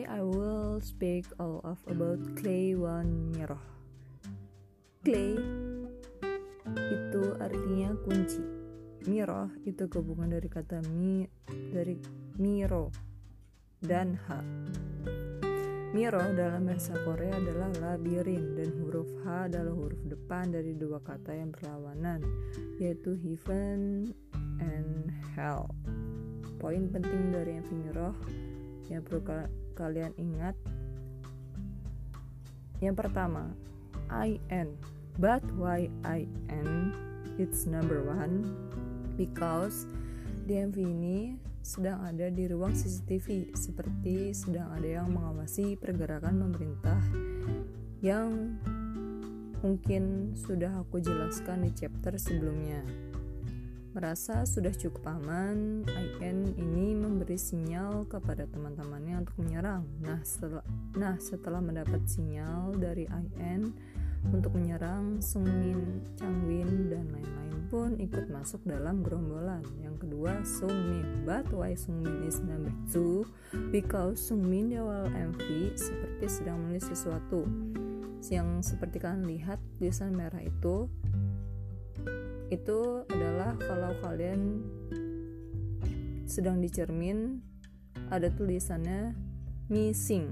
Today I will speak all of about Clay Wan Miroh. Clay itu artinya kunci. Miroh itu gabungan dari kata dari miro dan ha. Miroh dalam bahasa Korea adalah labirin dan huruf H adalah huruf depan dari dua kata yang berlawanan, yaitu heaven and hell. Poin penting dari MV Miroh yang perlu kalian ingat. Yang pertama, IN. But why IN? It's number one because di MV ini sedang ada di ruang CCTV, seperti sedang ada yang mengawasi pergerakan pemerintah yang mungkin sudah aku jelaskan di chapter sebelumnya. Merasa sudah cukup aman, IN ini memberi sinyal kepada teman-temannya untuk menyerang. Nah, setelah mendapat sinyal dari IN untuk menyerang, Sungmin, Changwin, dan lain-lain pun ikut masuk dalam gerombolan. Yang kedua, Sungmin. But why Sungmin is number 2? Because Sungmin di awal MV seperti sedang menulis sesuatu. Yang seperti kalian lihat, tulisan merah itu adalah kalau kalian sedang dicermin, ada tulisannya missing.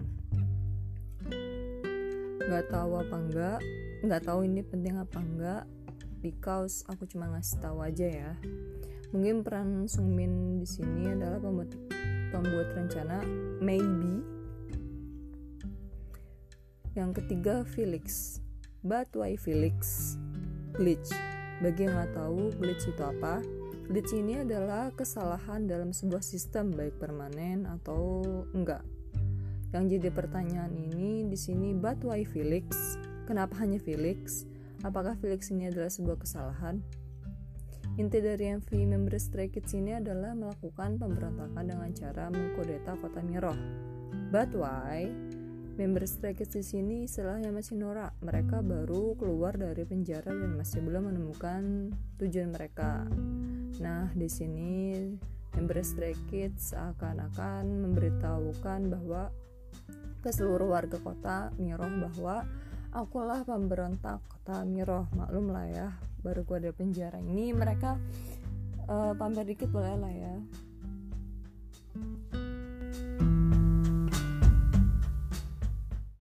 Nggak tahu ini penting apa enggak, because aku cuma ngasih tahu aja ya. Mungkin peran Sungmin di sini adalah pembuat rencana, maybe. Yang ketiga, Felix. But why Felix? Glitch. Bagi yang nggak tahu glitch itu apa, glitch ini adalah kesalahan dalam sebuah sistem, baik permanen atau enggak. Yang jadi pertanyaan ini di sini, but why Felix? Kenapa hanya Felix? Apakah Felix ini adalah sebuah kesalahan? Inti dari MV member Stray Kids ini adalah melakukan pemberontakan dengan cara mengkudeta kota Miroh. But why? Member Stray Kids di sini istilahnya masih norak. Mereka baru keluar dari penjara dan masih belum menemukan tujuan mereka. Nah, di sini member Stray Kids akan memberitahukan bahwa ke seluruh warga kota Miroh bahwa akulah pemberontak kota Miroh. Maklum lah ya, baru gua ada penjara ini, mereka pamer dikit boleh lah ya.